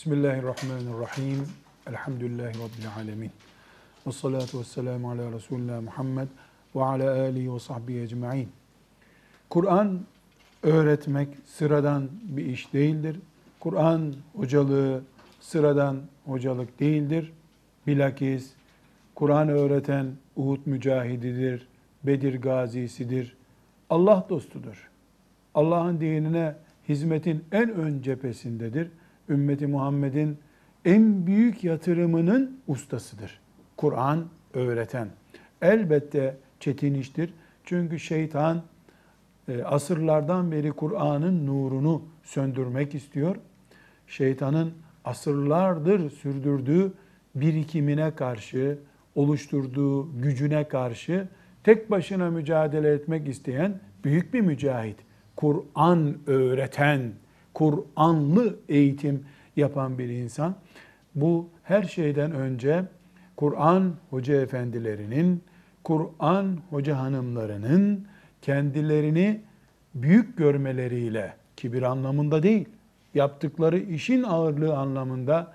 Bismillahirrahmanirrahim. Elhamdülillahi Rabbil alemin. Ve salatu ve selamu ala Resulullah Muhammed ve ala alihi ve sahbihi ecma'in. Kur'an öğretmek sıradan bir iş değildir. Kur'an hocalığı sıradan hocalık değildir. Bilakis Kur'an öğreten Uhud mücahididir, Bedir gazisidir, Allah dostudur. Allah'ın dinine hizmetin en ön cephesindedir. Ümmeti Muhammed'in en büyük yatırımının ustasıdır. Kur'an öğreten. Elbette çetin iştir. Çünkü şeytan asırlardan beri Kur'an'ın nurunu söndürmek istiyor. Şeytanın asırlardır sürdürdüğü birikimine karşı, oluşturduğu gücüne karşı tek başına mücadele etmek isteyen büyük bir mücahit. Kur'an öğreten, Kur'anlı eğitim yapan bir insan. Bu her şeyden önce Kur'an hoca efendilerinin, Kur'an hoca hanımlarının kendilerini büyük görmeleriyle, kibir anlamında değil, yaptıkları işin ağırlığı anlamında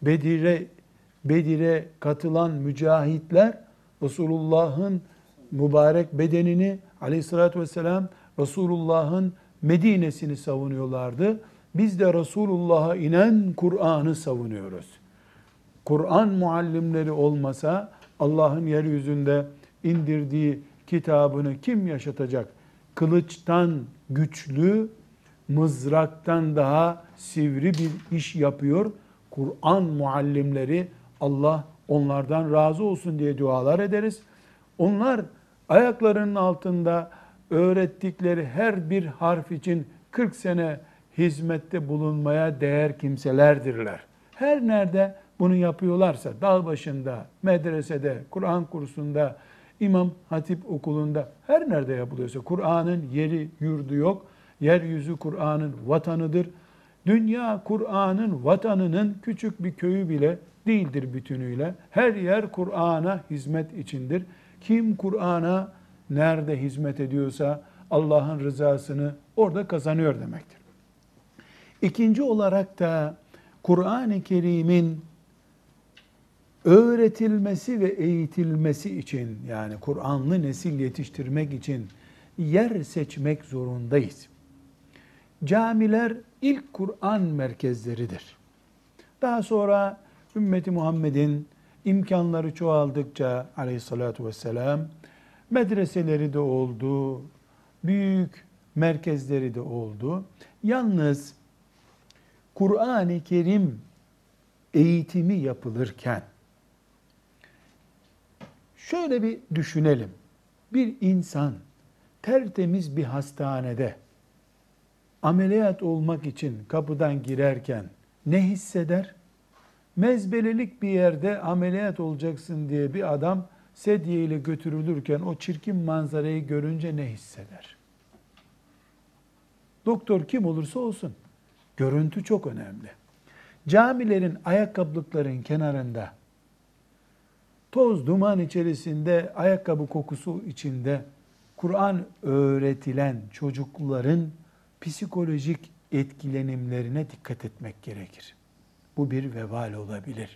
Bedir'e katılan mücahitler Resulullah'ın mübarek bedenini aleyhissalatü vesselam Resulullah'ın Medine'sini savunuyorlardı. Biz de Resulullah'a inen Kur'an'ı savunuyoruz. Kur'an muallimleri olmasa Allah'ın yeryüzünde indirdiği kitabını kim yaşatacak? Kılıçtan güçlü, mızraktan daha sivri bir iş yapıyor. Kur'an muallimleri, Allah onlardan razı olsun diye dualar ederiz. Onlar ayaklarının altında öğrettikleri her bir harf için 40 sene hizmette bulunmaya değer kimselerdirler. Her nerede bunu yapıyorlarsa, dağ başında, medresede, Kur'an kursunda, İmam Hatip okulunda, her nerede yapılıyorsa, Kur'an'ın yeri yurdu yok. Yeryüzü Kur'an'ın vatanıdır. Dünya Kur'an'ın vatanının küçük bir köyü bile değildir bütünüyle. Her yer Kur'an'a hizmet içindir. Kim Kur'an'a nerede hizmet ediyorsa Allah'ın rızasını orada kazanıyor demektir. İkinci olarak da Kur'an-ı Kerim'in öğretilmesi ve eğitilmesi için, yani Kur'anlı nesil yetiştirmek için yer seçmek zorundayız. Camiler ilk Kur'an merkezleridir. Daha sonra ümmeti Muhammed'in imkanları çoğaldıkça aleyhissalatu vesselam medreseleri de oldu, büyük merkezleri de oldu. Yalnız Kur'an-ı Kerim eğitimi yapılırken şöyle bir düşünelim. Bir insan tertemiz bir hastanede ameliyat olmak için kapıdan girerken ne hisseder? Mezbelelik bir yerde ameliyat olacaksın diye bir adam sedye ile götürülürken o çirkin manzarayı görünce ne hisseder? Doktor kim olursa olsun, görüntü çok önemli. Camilerin, ayakkabılıkların kenarında, toz duman içerisinde, ayakkabı kokusu içinde Kur'an öğretilen çocukların psikolojik etkilenimlerine dikkat etmek gerekir. Bu bir vebal olabilir.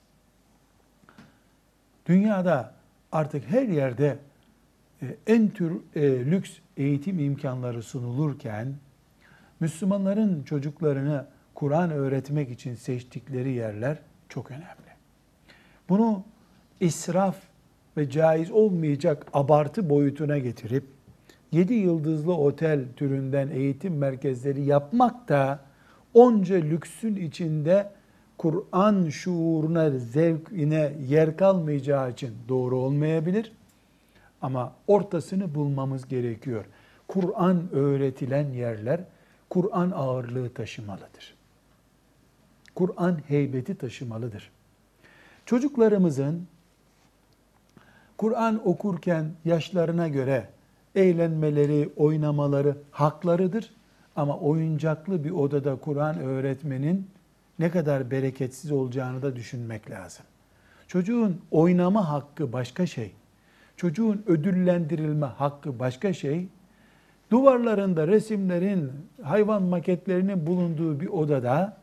Dünyada artık her yerde en tür lüks eğitim imkanları sunulurken, Müslümanların çocuklarını Kur'an öğretmek için seçtikleri yerler çok önemli. Bunu israf ve caiz olmayacak abartı boyutuna getirip 7 yıldızlı otel türünden eğitim merkezleri yapmak da onca lüksün içinde Kur'an şuuruna, zevkine yer kalmayacağı için doğru olmayabilir. Ama ortasını bulmamız gerekiyor. Kur'an öğretilen yerler Kur'an ağırlığı taşımalıdır. Kur'an heybeti taşımalıdır. Çocuklarımızın Kur'an okurken yaşlarına göre eğlenmeleri, oynamaları haklarıdır. Ama oyuncaklı bir odada Kur'an öğretmenin ne kadar bereketsiz olacağını da düşünmek lazım. Çocuğun oynama hakkı başka şey. Çocuğun ödüllendirilme hakkı başka şey. Duvarlarında resimlerin, hayvan maketlerinin bulunduğu bir odada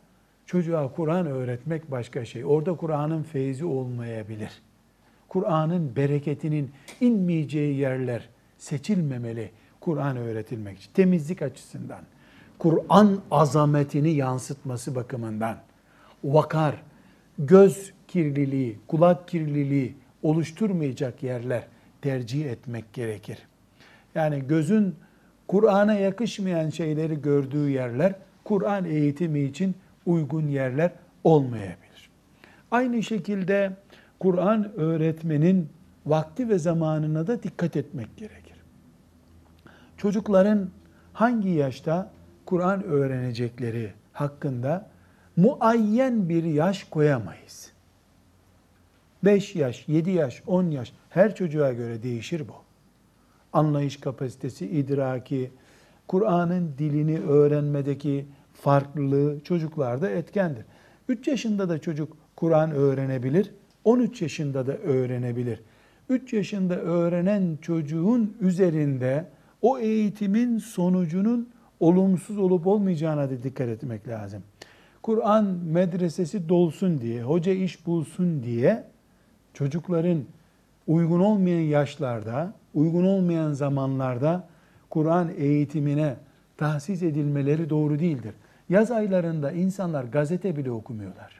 Çocuğa Kur'an öğretmek başka şey. Orada Kur'an'ın feyzi olmayabilir. Kur'an'ın bereketinin inmeyeceği yerler seçilmemeli Kur'an öğretilmek için. Temizlik açısından, Kur'an azametini yansıtması bakımından, vakar, göz kirliliği, kulak kirliliği oluşturmayacak yerler tercih etmek gerekir. Yani gözün Kur'an'a yakışmayan şeyleri gördüğü yerler, Kur'an eğitimi için uygun yerler olmayabilir. Aynı şekilde Kur'an öğretmenin vakti ve zamanına da dikkat etmek gerekir. Çocukların hangi yaşta Kur'an öğrenecekleri hakkında muayyen bir yaş koyamayız. 5 yaş, 7 yaş, 10 yaş her çocuğa göre değişir bu. Anlayış kapasitesi, idraki, Kur'an'ın dilini öğrenmedeki farklılığı çocuklarda etkendir. 3 yaşında da çocuk Kur'an öğrenebilir, 13 yaşında da öğrenebilir. 3 yaşında öğrenen çocuğun üzerinde o eğitimin sonucunun olumsuz olup olmayacağına da dikkat etmek lazım. Kur'an medresesi dolsun diye, hoca iş bulsun diye çocukların uygun olmayan yaşlarda, uygun olmayan zamanlarda Kur'an eğitimine tahsis edilmeleri doğru değildir. Yaz aylarında insanlar gazete bile okumuyorlar.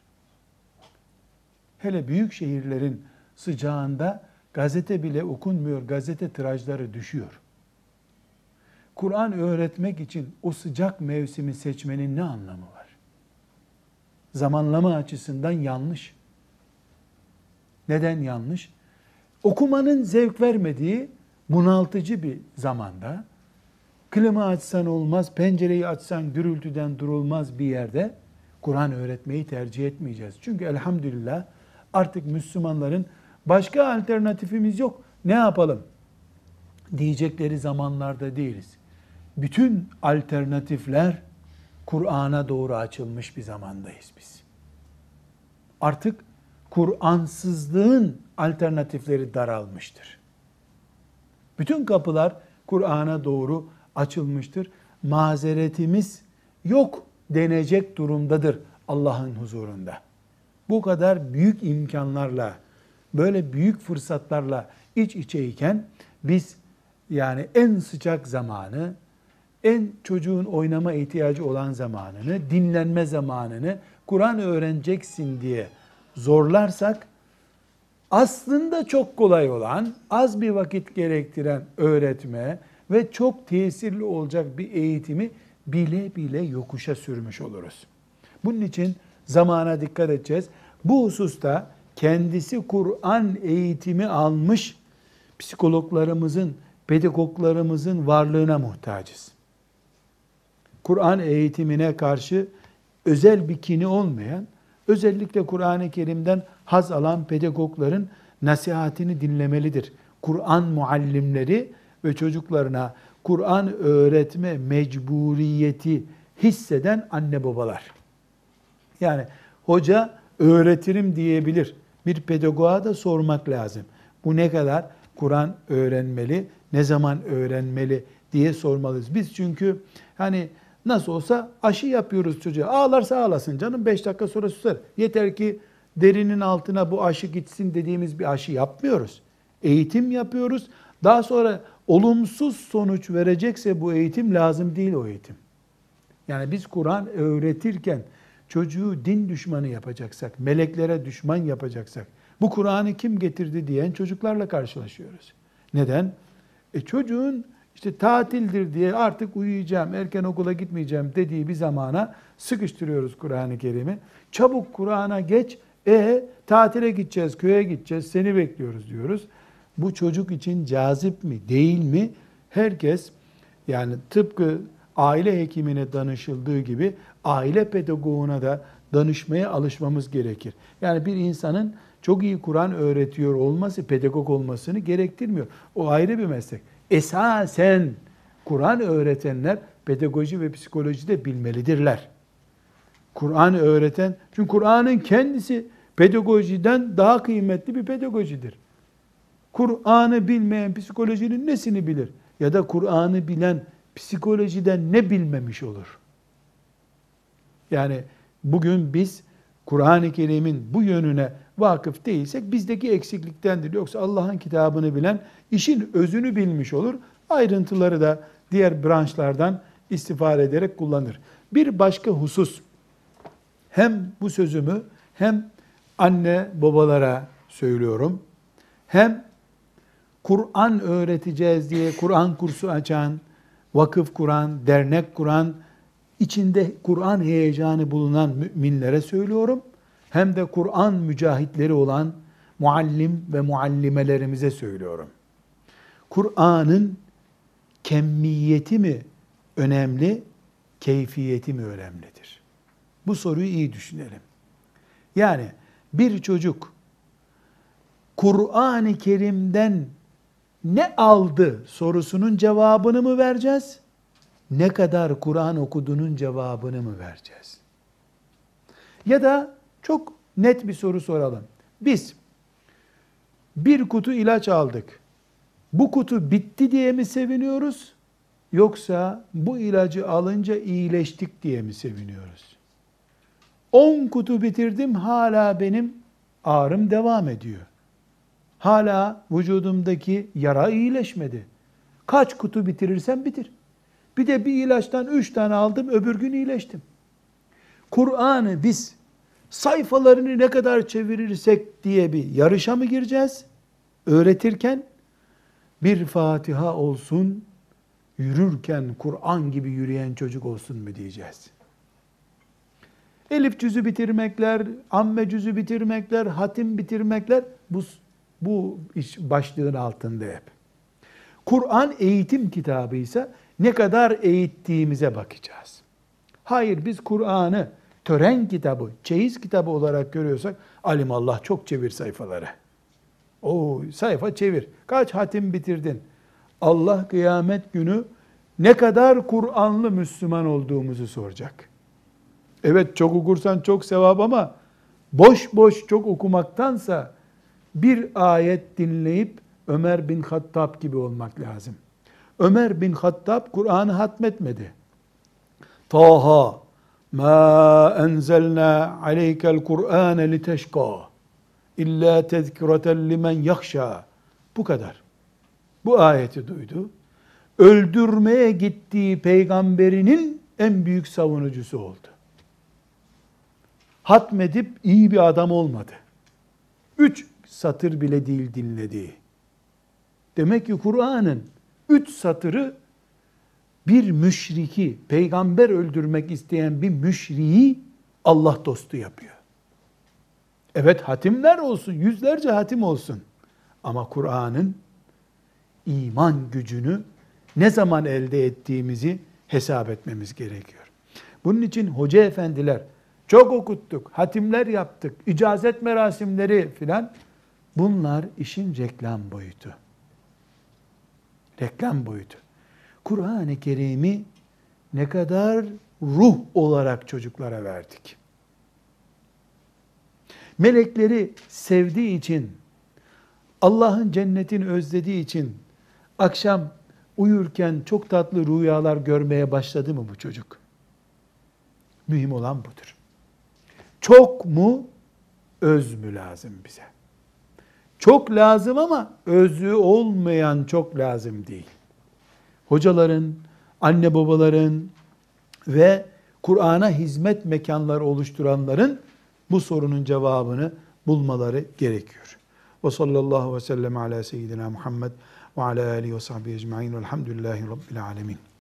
Hele büyük şehirlerin sıcağında gazete bile okunmuyor, gazete tirajları düşüyor. Kur'an öğretmek için o sıcak mevsimi seçmenin ne anlamı var? Zamanlama açısından yanlış. Neden yanlış? Okumanın zevk vermediği bunaltıcı bir zamanda, klima açsan olmaz, pencereyi açsan gürültüden durulmaz bir yerde Kur'an öğretmeyi tercih etmeyeceğiz. Çünkü elhamdülillah artık Müslümanların başka alternatifimiz yok, ne yapalım diyecekleri zamanlarda değiliz. Bütün alternatifler Kur'an'a doğru açılmış bir zamandayız biz. Artık Kur'ansızlığın alternatifleri daralmıştır. Bütün kapılar Kur'an'a doğru açılmıştır. Mazeretimiz yok denecek durumdadır Allah'ın huzurunda. Bu kadar büyük imkanlarla, böyle büyük fırsatlarla iç içeyken biz yani en sıcak zamanı, en çocuğun oynama ihtiyacı olan zamanını, dinlenme zamanını Kur'an öğreneceksin diye zorlarsak, aslında çok kolay olan, az bir vakit gerektiren öğretme ve çok tesirli olacak bir eğitimi bile bile yokuşa sürmüş oluruz. Bunun için zamana dikkat edeceğiz. Bu hususta kendisi Kur'an eğitimi almış psikologlarımızın, pedagoglarımızın varlığına muhtacız. Kur'an eğitimine karşı özel bir kini olmayan, özellikle Kur'an-ı Kerim'den haz alan pedagogların nasihatini dinlemelidir. Kur'an muallimleri ve çocuklarına Kur'an öğretme mecburiyeti hisseden anne babalar. Yani hoca öğretirim diyebilir. Bir pedagoğa da sormak lazım. Bu ne kadar Kur'an öğrenmeli, ne zaman öğrenmeli diye sormalıyız. Biz çünkü hani nasıl olsa aşı yapıyoruz çocuğa. Ağlarsa ağlasın canım, 5 dakika sonra susar. Yeter ki derinin altına bu aşı gitsin dediğimiz bir aşı yapmıyoruz. Eğitim yapıyoruz. Daha sonra olumsuz sonuç verecekse bu eğitim lazım değil o eğitim. Yani biz Kur'an öğretirken çocuğu din düşmanı yapacaksak, meleklere düşman yapacaksak, bu Kur'an'ı kim getirdi diyen çocuklarla karşılaşıyoruz. Neden? Çocuğun işte tatildir diye artık uyuyacağım, erken okula gitmeyeceğim dediği bir zamana sıkıştırıyoruz Kur'an-ı Kerim'i. Çabuk Kur'an'a geç, tatile gideceğiz, köye gideceğiz, seni bekliyoruz diyoruz. Bu çocuk için cazip mi, değil mi? Herkes yani tıpkı aile hekimine danışıldığı gibi aile pedagoğuna da danışmaya alışmamız gerekir. Yani bir insanın çok iyi Kur'an öğretiyor olması pedagog olmasını gerektirmiyor. O ayrı bir meslek. Esasen Kur'an öğretenler pedagoji ve psikoloji de bilmelidirler. Kur'an öğreten, çünkü Kur'an'ın kendisi pedagojiden daha kıymetli bir pedagojidir. Kur'an'ı bilmeyen psikolojinin nesini bilir? Ya da Kur'an'ı bilen psikolojiden ne bilmemiş olur? Yani Bugün biz Kur'an-ı Kerim'in bu yönüne vakıf değilsek bizdeki eksikliktendir. Yoksa Allah'ın kitabını bilen işin özünü bilmiş olur. Ayrıntıları da diğer branşlardan istifade ederek kullanır. Bir başka husus, hem bu sözümü hem anne babalara söylüyorum, hem Kur'an öğreteceğiz diye Kur'an kursu açan, vakıf kuran, dernek kuran, içinde Kur'an heyecanı bulunan müminlere söylüyorum. Hem de Kur'an mücahitleri olan muallim ve muallimelerimize söylüyorum. Kur'an'ın kemmiyeti mi önemli, keyfiyeti mi önemlidir? Bu soruyu iyi düşünelim. Yani bir çocuk Kur'an-ı Kerim'den ne aldı sorusunun cevabını mı vereceğiz? Ne kadar Kur'an okuduğunun cevabını mı vereceğiz? Ya da çok net bir soru soralım. Biz bir kutu ilaç aldık. Bu kutu bitti diye mi seviniyoruz? Yoksa bu ilacı alınca iyileştik diye mi seviniyoruz? 10 kutu bitirdim, hala benim ağrım devam ediyor. Hala vücudumdaki yara iyileşmedi. Kaç kutu bitirirsen bitir. Bir de bir ilaçtan 3 tane aldım, öbür gün iyileştim. Kur'an'ı biz sayfalarını ne kadar çevirirsek diye bir yarışa mı gireceğiz? Öğretirken bir Fatiha olsun, yürürken Kur'an gibi yürüyen çocuk olsun mu diyeceğiz? Elif cüzü bitirmekler, amme cüzü bitirmekler, hatim bitirmekler bu iş başlığın altında hep. Kur'an eğitim kitabıysa ne kadar eğittiğimize bakacağız. Hayır, biz Kur'an'ı tören kitabı, çeyiz kitabı olarak görüyorsak, alimallah çok çevir sayfaları. O sayfa çevir. Kaç hatim bitirdin? Allah kıyamet günü ne kadar Kur'anlı Müslüman olduğumuzu soracak. Evet, çok okursan çok sevap ama boş boş çok okumaktansa bir ayet dinleyip Ömer bin Hattab gibi olmak lazım. Ömer bin Hattab Kur'an'ı hatmetmedi. Taha ma enzelna aleykel Kur'ane liteşka illa tezkireten limen yakhşa. Bu kadar. Bu ayeti duydu. Öldürmeye gittiği peygamberinin en büyük savunucusu oldu. Hatmedip iyi bir adam olmadı. 3 satır bile değil dinlediği. Demek ki Kur'an'ın 3 satırı bir müşriki, peygamber öldürmek isteyen bir müşriği Allah dostu yapıyor. Evet, hatimler olsun, yüzlerce hatim olsun. Ama Kur'an'ın iman gücünü ne zaman elde ettiğimizi hesap etmemiz gerekiyor. Bunun için hoca efendiler, çok okuttuk, hatimler yaptık, icazet merasimleri filan, bunlar işin reklam boyutu. Reklam boyutu. Kur'an-ı Kerim'i ne kadar ruh olarak çocuklara verdik. Melekleri sevdiği için, Allah'ın cennetini özlediği için akşam uyurken çok tatlı rüyalar görmeye başladı mı bu çocuk? Mühim olan budur. Çok mu, öz mü lazım bize? Çok lazım ama özü olmayan çok lazım değil. Hocaların, anne babaların ve Kur'an'a hizmet mekanları oluşturanların bu sorunun cevabını bulmaları gerekiyor. Ve sallallahu ve sellem ala seyyidina Muhammed ve ala alihi ve sahbihi ecma'in velhamdülillahi rabbil alemin.